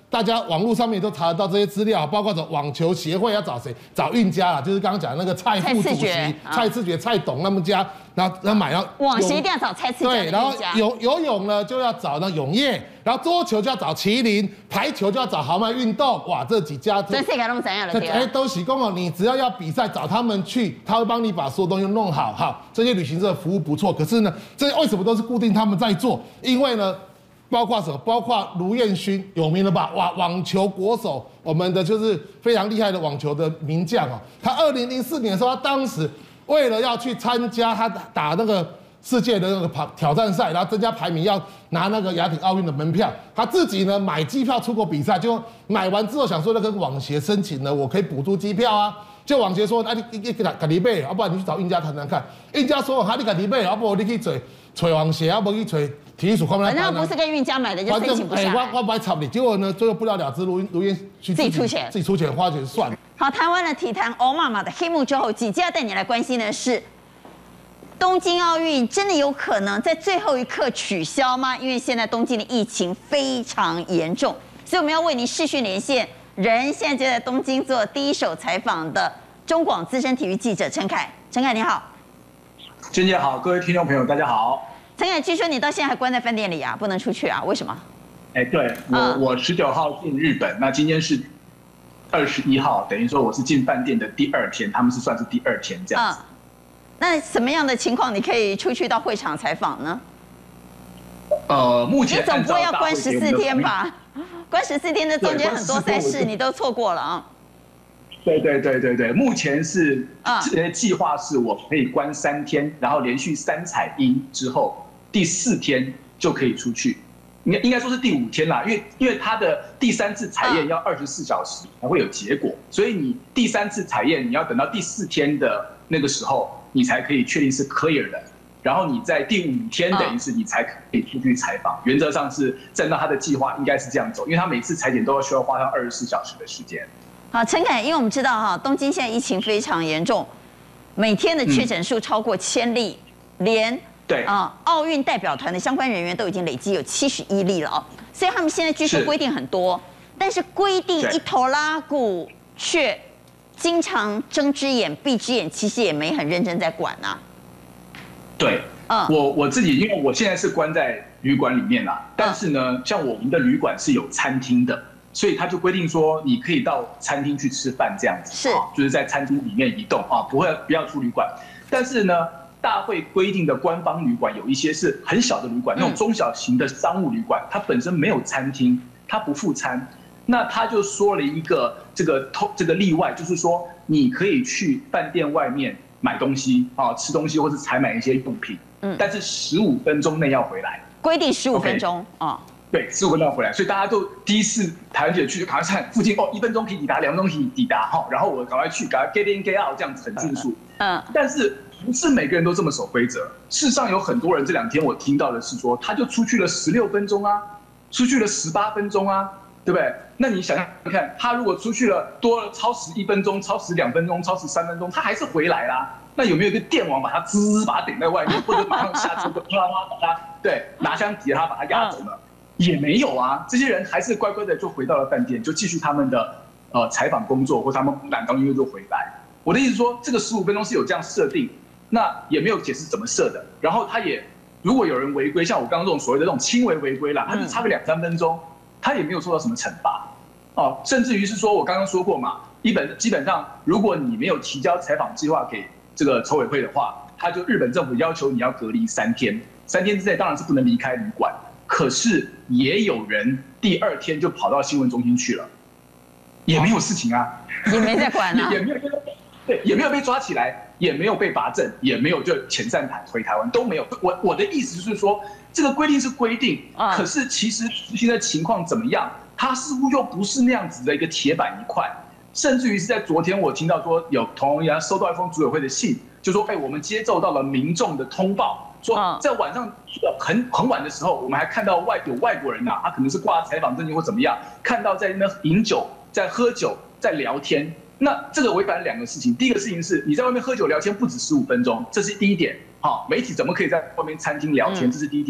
大家网络上面都查得到这些资料，包括找网球协会要找谁，找运家啦，就是刚刚讲的那个蔡副主席、蔡次觉、蔡董他们家，然后然后买要网协一定要找蔡次觉的运家， 对，然后游游泳呢就要找那永业，然后桌球就要找麒麟，排球就要找豪迈运动，哇，这几家这世界都怎样了？ 哎，都提供了，你只要要比赛找他们去，他会帮你把所有东西弄好，好，这些旅行社服务不错，可是呢，这为什么都是固定他们在做？因为呢。包括什么？包括卢彦勋，有名了吧？哇，网球国手，我们的就是非常厉害的网球的名将哦。他二零零四年的时候，他当时为了要去参加他打那个世界的那个跑挑战赛，然后增加排名，要拿那个亚锦奥运的门票，他自己呢买机票出国比赛，就买完之后想说要跟网协申请呢，我可以补助机票啊。就网协说，啊，你你你给你背，要不然你去找运家谈谈看。运家说，哈，你给你背，要不你去找找网协，要不去找体育署看不来。 反正不是跟运家买的，就申请不下来。 我我不爱插你，结果呢，最后不了了之，卢卢彦去自己出钱， 自己出钱花钱算了。 好，台湾的体坛欧妈妈的黑幕之后，紧接着带你来关心的是，东京奥运真的有可能在最后一刻取消吗？因为现在东京的疫情非常严重，所以我们要为您视讯连线。人现在就在东京做第一手采访的中广资深体育记者陈凯，陈凯你好， 娟姐好，各位听众朋友大家好。 陈凯，据说你到现在还关在饭店里啊，不能出去啊？为什么？ 哎，对我、嗯、我十九号进日本，那今天是二十一号，等于说我是进饭店的第二天，他们是算是第二天这样子。嗯、 那什么样的情况你可以出去到会场采访呢？ 呃，目前你总不会要关十四天吧？关十四天的中间很多赛事你都错过了啊。 对对对对对，目前是啊，计划是我可以关三天，然后连续三采阴之后，第四天就可以出去。应该应该说是第五天啦，因为因为他的第三次采验要二十四小时才会有结果，所以你第三次采验你要等到第四天的那个时候，你才可以确定是 clear 的。然后你在第五天等于是你才可以出去采访，原则上是按照他的计划应该是这样走，因为他每次采检都要需要花上二十四小时的时间。 好，陈凯，因为我们知道哈，东京现在疫情非常严重，每天的确诊数超过千例，嗯、连对啊奥运代表团的相关人员都已经累积有七十一例了哦，所以他们现在据说规定很多，但是规定一头拉骨，却经常睁只眼闭只眼，其实也没很认真在管啊。 对，嗯，我我自己因为我现在是关在旅馆里面啦，但是呢，嗯、像我们的旅馆是有餐厅的，所以他就规定说你可以到餐厅去吃饭这样子， 是， 啊、就是在餐厅里面移动啊，不会不要出旅馆。但是呢，大会规定的官方旅馆有一些是很小的旅馆，那种中小型的商务旅馆，它本身没有餐厅，它不附餐。那他就说了一个这个偷这个例外，就是说你可以去饭店外面买东西啊，吃东西或是采买一些用品，嗯，但是十五分钟内要回来， 规定十五分钟啊， 对，十五分钟要回来，所以大家都第一次台湾姐去就赶快看附近哦，一分钟可以抵达，两分钟可以抵达哈，然后我赶快去，赶快 get in get out 这样子很迅速，嗯，但是不是每个人都这么守规则，事实上有很多人这两天我听到的是说，他就出去了十六分钟啊，出去了十八分钟啊。对不对？那你想想看，他如果出去了多了超时一分钟、超时两分钟、超时三分钟，他还是回来啦。那有没有一个电网把他滋把他顶在外面，或者马上下车就啪啪把他对拿枪抵他把他压走呢？也没有啊，这些人还是乖乖的就回到了饭店，就继续他们的呃采访工作，或他们赶到音乐就回来。我的意思说，这个十五分钟是有这样设定，那也没有解释怎么设的。然后他也如果有人违规，像我刚刚这种所谓的这种轻微违规啦，他就差个两三分钟。他也没有受到什么惩罚，哦，甚至于是说，我刚刚说过嘛，基本基本上，如果你没有提交采访计划给这个筹委会的话，他就日本政府要求你要隔离三天，三天之内当然是不能离开旅馆。可是也有人第二天就跑到新闻中心去了，也没有事情啊， 也没在管啊， 也没有对，也没有被抓起来，也没有被罚证，也没有就遣散台回台湾都没有。我我的意思就是说。这个规定是规定，可是其实执行的情况怎么样，它似乎又不是那样子的一个铁板一块。甚至于是在昨天，我听到说有同样收到一封组委会的信，就说：“哎，我们接受到了民众的通报，说在晚上很很晚的时候，我们还看到外有外国人呐，他可能是挂采访证件或怎么样，看到在那饮酒、在喝酒、在聊天。那这个违反了两个事情，第一个事情是你在外面喝酒聊天不止十五分钟，这是第一点。”好，媒体怎么可以在外面餐厅聊天？这是第一点。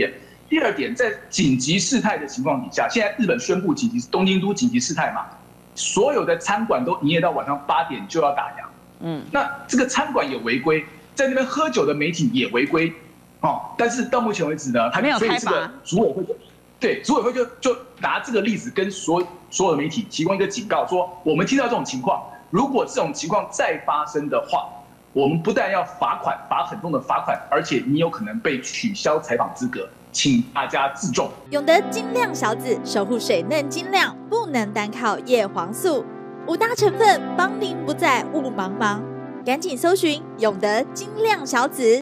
第二点，在紧急事态的情况底下，现在日本宣布紧急东京都紧急事态嘛，所有的餐馆都营业到晚上八点就要打烊。嗯，那这个餐馆也违规，在那边喝酒的媒体也违规，哦，但是到目前为止呢，还没有开罚。 所以这个组委会就对组委会就就拿这个例子跟所所有的媒体提供一个警告，说我们听到这种情况，如果这种情况再发生的话，我们不但要罚款，罚很重的罚款，而且你有可能被取消采访资格，请大家自重。 永德精亮小紫守护水嫩精亮，不能单靠叶黄素。五大成分帮您不再雾茫茫，赶紧搜寻永德精亮小紫。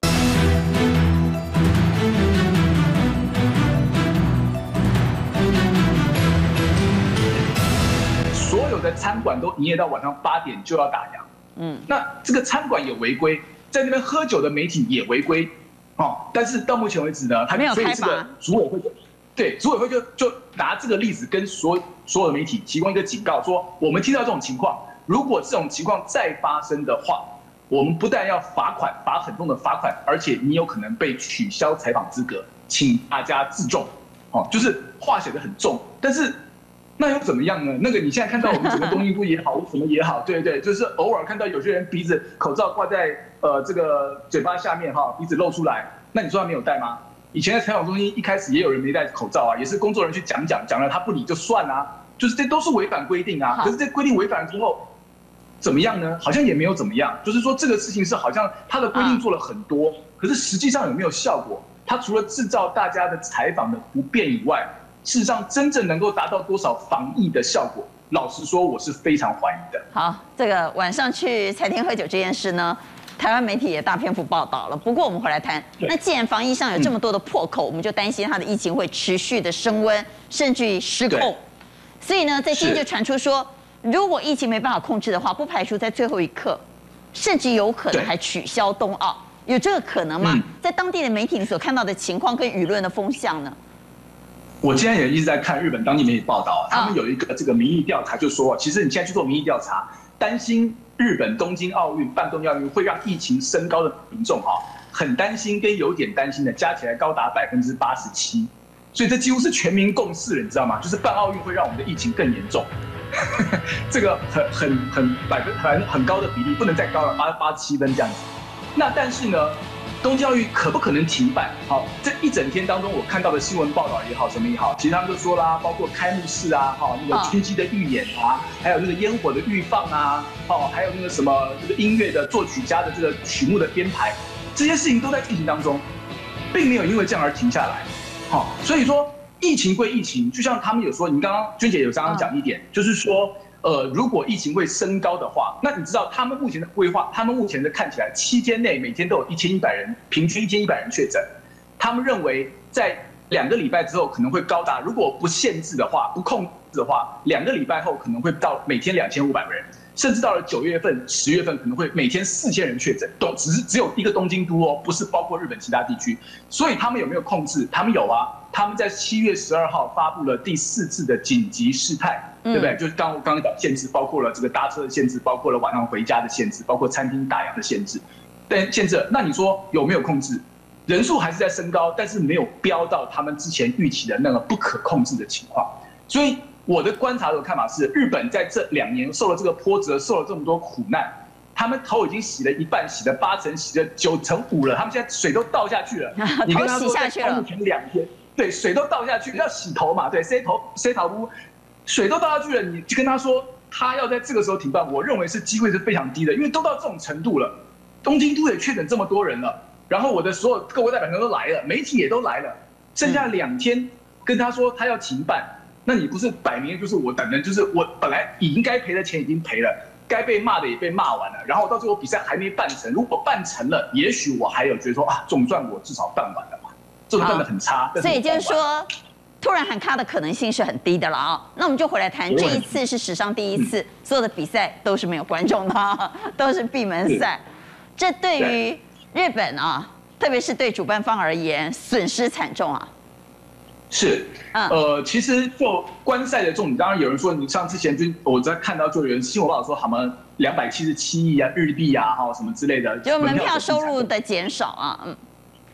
所有的餐馆都营业到晚上八点就要打烊，嗯，那这个餐馆也违规，在那边喝酒的媒体也违规，哦，但是到目前为止呢，还没有开罚。 组委会就对组委会就就拿这个例子跟所所有的媒体提供一个警告，说我们听到这种情况，如果这种情况再发生的话，我们不但要罚款，罚很重的罚款，而且你有可能被取消采访资格，请大家自重。哦，就是话写得很重，但是那又怎么样呢？那个你现在看到我们整个东京都也好，什么也好，对对，就是偶尔看到有些人鼻子口罩挂在呃这个嘴巴下面哈，鼻子露出来，那你说他没有戴吗？以前在采访中心一开始也有人没戴口罩啊，也是工作人员去讲讲，讲了他不理就算啊，就是这都是违反规定啊。可是这规定违反之后怎么样呢？好像也没有怎么样，就是说这个事情是好像他的规定做了很多，可是实际上有没有效果？他除了制造大家的采访的不便以外，事实上真正能够达到多少防疫的效果？老实说，我是非常怀疑的。 好，这个晚上去餐厅喝酒这件事呢，台湾媒体也大篇幅报道了。不过我们回来谈，那既然防疫上有这么多的破口，我们就担心它的疫情会持续的升温，甚至于失控。所以呢，在今天就传出说，如果疫情没办法控制的话，不排除在最后一刻，甚至有可能还取消冬奥。有这个可能吗？在当地的媒体你所看到的情况跟舆论的风向呢？ 我今天也一直在看日本当地媒体报道，他们有一个这个民意调查，就说其实你现在去做民意调查，担心日本东京奥运办冬奥运会让疫情升高的民众哈，很担心跟有点担心的加起来高达百分之八十七，所以这几乎是全民共识了，你知道吗？就是办奥运会让我们的疫情更严重，这个很很很百分很很高的比例，不能再高了，八八七分这样子。那但是呢？东京奥运可不可能停办？好，这一整天当中，我看到的新闻报道也好，什么也好，其实他们都说啦，包括开幕式啊，哈，那个军机的预演啊，还有那个烟火的预放啊，哦，还有那个什么这个音乐的作曲家的这个曲目的编排，这些事情都在进行当中，并没有因为这样而停下来。好，所以说疫情归疫情，就像他们有说，你刚刚娟姐有刚刚讲一点，就是说。呃，如果疫情会升高的话，那你知道他们目前的规划，他们目前的看起来七天内每天都有一千一百人，平均一千一百人确诊。他们认为在两个礼拜之后可能会高达，如果不限制的话，不控制的话，两个礼拜后可能会到每天两千五百人，甚至到了九月份、十月份可能会每天四千人确诊。都只是只有一个东京都哦，不是包括日本其他地区。所以他们有没有控制？他们有啊。他们在七月十二号发布了第四次的紧急事态，对不对？就是刚刚刚讲限制，包括了这个搭车的限制，包括了晚上回家的限制，包括餐厅打烊的限制。但限制，那你说有没有控制？人数还是在升高，但是没有飙到他们之前预期的那个不可控制的情况。所以我的观察的看法是，日本在这两年受了这个波折，受了这么多苦难，他们头已经洗了一半，洗了八成，洗了九成五了，他们现在水都倒下去了。你跟他说在开幕前两天。对，水都倒下去，要洗头嘛？对，塞头塞头污，水都倒下去了，你就跟他说，他要在这个时候停办，我认为是机会是非常低的，因为都到这种程度了，东京都也确诊这么多人了，然后我的所有各位代表团都来了，媒体也都来了，剩下两天跟他说他要停办，那你不是摆明就是我等人，就是我本来已经该赔的钱已经赔了，该被骂的也被骂完了，然后到最后比赛还没办成，如果办成了，也许我还有觉得说啊，总算我至少办完了。这个办得很差， 所以就是说，突然喊卡的可能性是很低的了啊。那我们就回来谈，这一次是史上第一次，所有的比赛都是没有观众的，都是闭门赛。这对于日本啊，特别是对主办方而言，损失惨重啊。 是，呃，其实就观赛的重点，当然有人说，你像之前就我在看到就有人新闻报道说，他们两百七十七亿啊日币啊，哈什么之类的， 就门票收入的减少啊，嗯。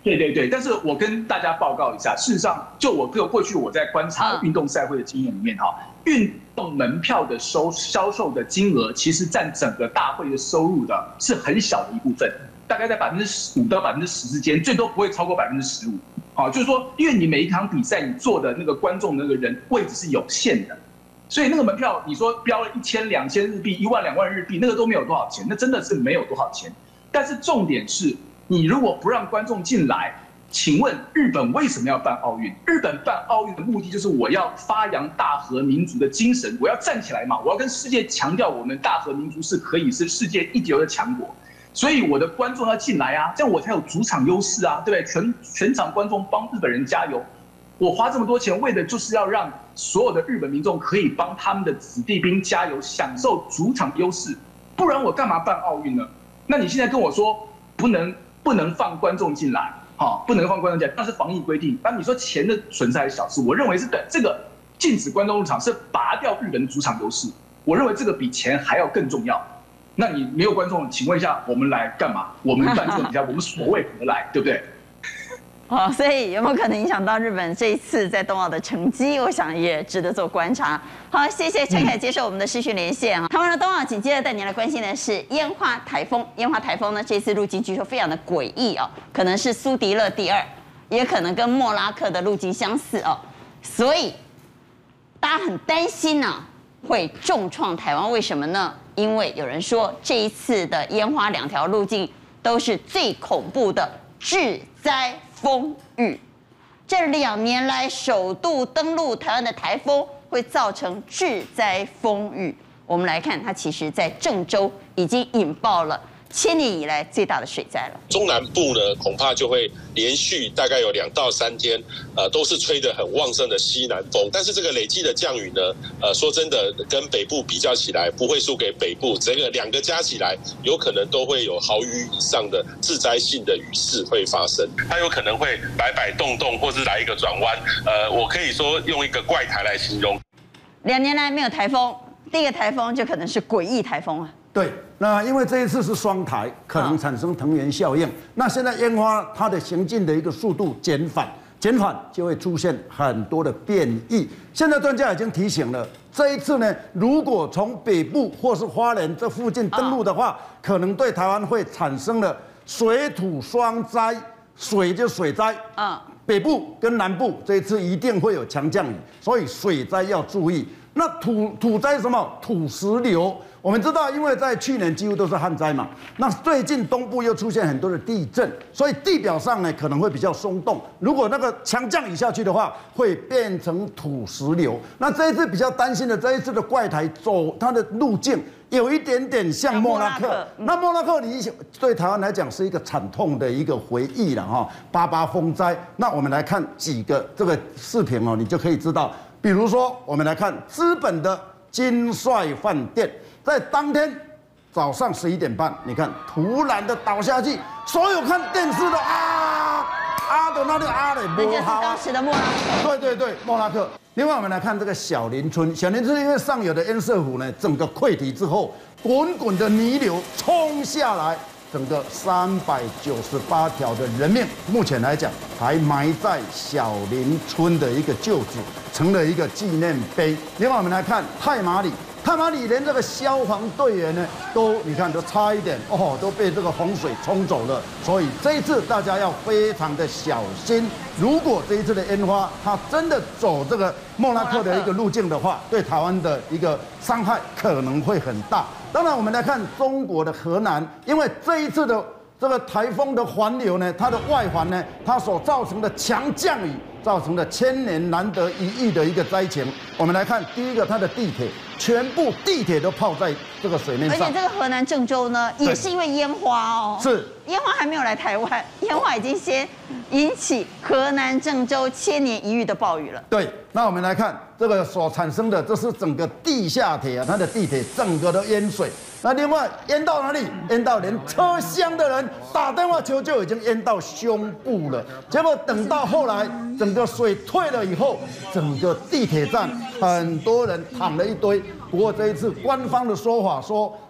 对对对，但是我跟大家报告一下，事实上，就我个过去我在观察运动赛会的经验里面哈，运动门票的收销售的金额，其实占整个大会的收入的是很小的一部分，大概在百分之十五到百分之十之间，最多不会超过百分之十五。好，就是说，因为你每一场比赛你坐的那个观众那个人位置是有限的，所以那个门票你说标了一千、两千日币、一万、两万日币，那个都没有多少钱，那真的是没有多少钱。但是重点是，你如果不让观众进来，请问日本为什么要办奥运？日本办奥运的目的就是我要发扬大和民族的精神，我要站起来嘛，我要跟世界强调我们大和民族是可以是世界一流的强国。所以我的观众要进来啊，这样我才有主场优势啊，对不对？全全场观众帮日本人加油，我花这么多钱，为的就是要让所有的日本民众可以帮他们的子弟兵加油，享受主场优势。不然我干嘛办奥运呢？那你现在跟我说不能不能放观众进来，好，不能放观众进来，那是防疫规定。那你说钱的损失还是小事？我认为是的，这个禁止观众入场是拔掉日本的主场优势，我认为这个比钱还要更重要。那你没有观众，请问一下，我们来干嘛？我们办这个比赛，我们所谓何来，对不对？ 哦，所以有没有可能影响到日本这一次在冬奥的成绩？我想也值得做观察。好，谢谢陈凯接受我们的视讯连线啊。台湾的冬奥紧接着带您来关心的是烟花台风。烟花台风呢，这次路径据说非常的诡异哦，可能是苏迪勒第二，也可能跟莫拉克的路径相似哦，所以大家很担心呢、啊，会重创台湾。为什么呢？因为有人说这一次的烟花两条路径都是最恐怖的致灾风雨。这两年来首度登陆台湾的台风会造成致灾风雨。我们来看，它其实在郑州已经引爆了千年以来最大的水灾了。 中南部呢，恐怕就会连续大概有两到三天，呃，都是吹得很旺盛的西南风。但是这个累积的降雨呢，呃，说真的，跟北部比较起来，不会输给北部。这个两个加起来，有可能都会有毫雨以上的致灾性的雨势会发生。它有可能会摆摆动动，或是来一个转弯。呃，我可以说用一个怪台来形容。 两年来没有台风，第一个台风就可能是诡异台风啊。 对，那因为这一次是双台，可能产生藤原效应。那现在烟花它的行进的一个速度减缓，减缓就会出现很多的变异。现在专家已经提醒了，这一次呢，如果从北部或是花莲这附近登陆的话，可能对台湾会产生了水土双灾，水就水灾，啊，北部跟南部这一次一定会有强降雨，所以水灾要注意。那土土灾什么？土石流。我们知道，因为在去年几乎都是旱灾嘛，那最近东部又出现很多的地震，所以地表上呢可能会比较松动。如果那个强降雨下去的话，会变成土石流。那这一次比较担心的，这一次的怪台走它的路径有一点点像莫拉克。那莫拉克你对台湾来讲是一个惨痛的一个回忆了哈，八八风灾。那我们来看几个这个视频哦，你就可以知道。比如说，我们来看资本的金帅饭店。在当天早上十一点半，你看突然的倒下去，所有看电视的啊啊的那个啊的， 那就是当时的莫拉克。 对对对，莫拉克。另外我们来看这个小林村，小林村因为上游的堰塞湖呢，整个溃堤之后，滚滚的泥流冲下来，整个三百九十八条的人命，目前来讲还埋在小林村的一个旧址，成了一个纪念碑。另外我们来看太麻里。太麻里连这个消防队员呢，都你看都差一点哦，都被这个洪水冲走了。所以这一次大家要非常的小心。如果这一次的烟花它真的走这个莫拉克的一个路径的话，对台湾的一个伤害可能会很大。当然，我们来看中国的河南，因为这一次的这个台风的环流呢，它的外环呢，它所造成的强降雨，造成了千年难得一遇的一个灾情。我们来看第一个，它的地铁。全部地铁都泡在这个水面上， 而且这个河南郑州呢，也是因为烟花哦， 是烟花还没有来台湾，烟花已经先引起河南郑州千年一遇的暴雨了。 对，那我们来看这个所产生的，这是整个地下铁啊，它的地铁整个都淹水。那另外淹到哪里？淹到连车厢的人打电话求救，已经淹到胸部了。结果等到后来整个水退了以后，整个地铁站很多人躺了一堆。不过这一次官方的说法说，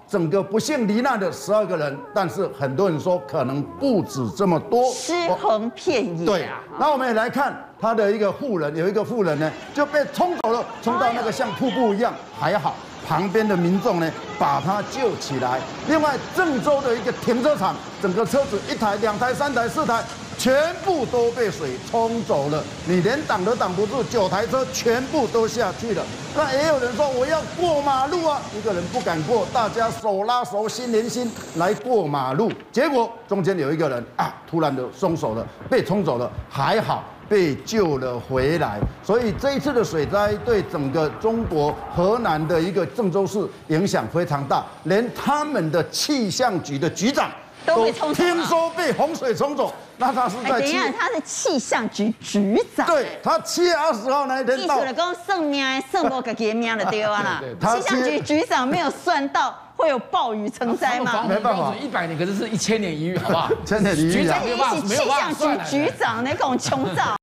整个不幸罹难的十二个人，但是很多人说可能不止这么多， 尸横遍野。 对，那我们也来看他的一个妇人，有一个妇人呢就被冲走了，冲到那个像瀑布一样，还好旁边的民众呢把他救起来。另外，郑州的一个停车场，整个车子一台、两台、三台、四台。全部都被水冲走了，你连挡都挡不住，九台车全部都下去了。那也有人说我要过马路啊，一个人不敢过，大家手拉手、心连心来过马路，结果中间有一个人啊，突然的松手了，被冲走了，还好被救了回来。所以这一次的水灾对整个中国河南的一个郑州市影响非常大，连他们的气象局的局长。 都被冲走了， 听说被洪水冲走，那他是在、 欸、等一下，他是气象局局长， 对他七月二十号那一天到， 意思就讲算命算无个给命的对啊啦。气象局局长没有算到会有暴雨成灾吗？ 没办法，一百年可是是一千年一遇，好不好？ 千年一遇啊！ 你是气象局局长那种穷造。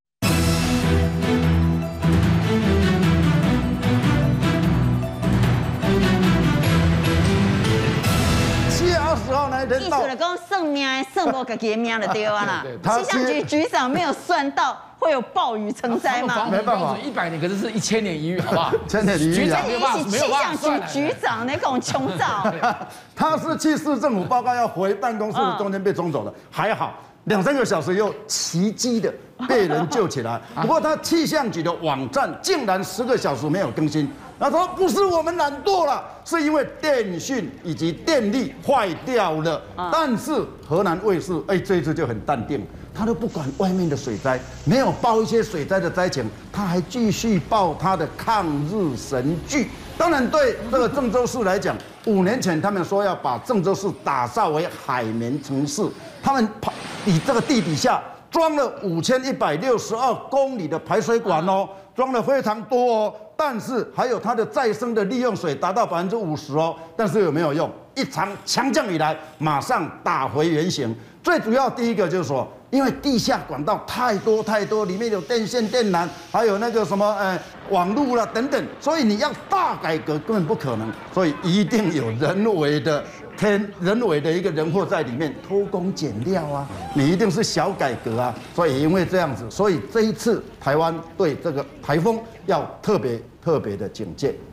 十号那一天意思就讲算命算无个给命的对啊啦。气象局局长没有算到会有暴雨成灾吗？ 没办法，一百年可是是一千年一遇，好不好？ 千年一遇啊！ 你是气象局局长那种穷造。 他是去市政府报告要回办公室的中间被冲走了，还好两三个小时又奇迹的被人救起来。不过他气象局的网站竟然十个小时没有更新。他说不是我们懒惰了，是因为电讯以及电力坏掉了。但是河南卫视哎这一次就很淡定，他都不管外面的水灾，没有报一些水灾的灾情，他还继续报他的抗日神剧。当然对这个郑州市来讲，五年前他们说要把郑州市打造为海绵城市，他们你这个地底下装了五千一百六十二公里的排水管哦，装了非常多哦。但是还有它的再生的利用水达到百分之五十哦，但是有没有用？一场强降雨来，马上打回原形。最主要第一个就是说，因为地下管道太多太多，里面有电线电缆，还有那个什么呃网路啦等等，所以你要大改革根本不可能，所以一定有人为的天人为的一个人祸在里面偷工减料啊，你一定是小改革啊。所以因为这样子，所以这一次台湾对这个台风要特别特别的警戒。